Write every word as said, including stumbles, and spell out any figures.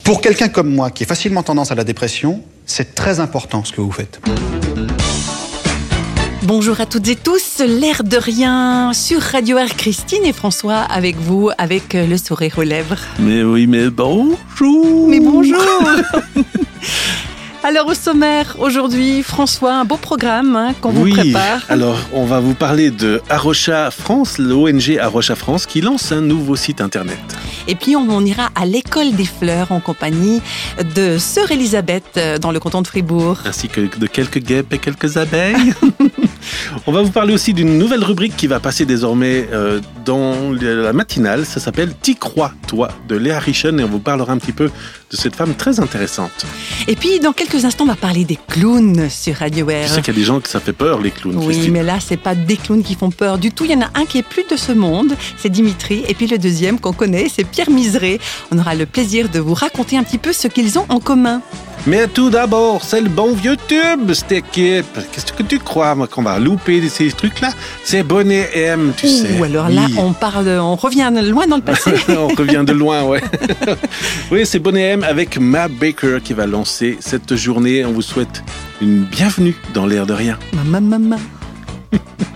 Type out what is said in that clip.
Pour quelqu'un comme moi, qui est facilement tendance à la dépression, c'est très important ce que vous faites. Bonjour à toutes et tous, l'air de rien sur Radio Air, Christine et François avec vous, avec le sourire aux lèvres. Mais oui, mais bonjour. Mais bonjour. Alors au sommaire, aujourd'hui, François, un beau programme hein, qu'on vous oui, prépare. Alors on va vous parler de Arocha France, l'O N G Arocha France qui lance un nouveau site internet. Et puis on, on ira à l'école des fleurs en compagnie de Sœur Elisabeth dans le canton de Fribourg. Ainsi que de quelques guêpes et quelques abeilles. On va vous parler aussi d'une nouvelle rubrique qui va passer désormais euh, dans la matinale. Ça s'appelle « T'y crois, toi » de Léa Richen et on vous parlera un petit peu de cette femme très intéressante. Et puis dans quelques instants, on va parler des clowns sur Radio Air. Je sais qu'il y a des gens que ça fait peur, les clowns. Oui, Christine. mais là, c'est pas des clowns qui font peur du tout. Il y en a un qui est plus de ce monde, c'est Dimitri. Et puis le deuxième qu'on connaît, c'est Pierre Miseret. On aura le plaisir de vous raconter un petit peu ce qu'ils ont en commun. Mais tout d'abord, c'est le bon vieux tube, cette équipe. Qu'est-ce que tu crois, moi, qu'on va louper ces trucs-là? C'est Bonnet M, tu Ouh, sais. Ou alors là, oui. on parle, on revient loin dans le passé. On revient de loin, ouais. Oui, c'est Bonnet M avec Ma Baker qui va lancer cette journée. On vous souhaite une bienvenue dans l'air de rien. Maman, maman.